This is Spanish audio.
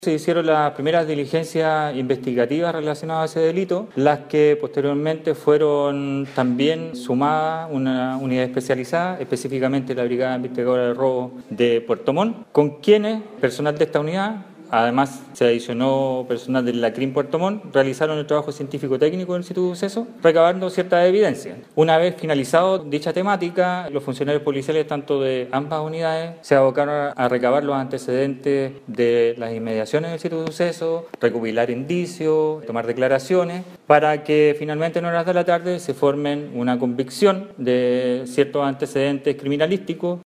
Se hicieron las primeras diligencias investigativas relacionadas a ese delito, las que posteriormente fueron también sumadas a una unidad especializada, específicamente la Brigada Investigadora de Robo de Puerto Montt, con quienes, personal de esta unidad, además se adicionó personal de la CRIM Puerto Montt, realizaron el trabajo científico-técnico del sitio de suceso, recabando ciertas evidencias. Una vez finalizado dicha temática, los funcionarios policiales, tanto de ambas unidades, se abocaron a recabar los antecedentes de las inmediaciones del sitio de suceso, recopilar indicios, tomar declaraciones, para que finalmente en horas de la tarde se formen una convicción de ciertos antecedentes criminalísticos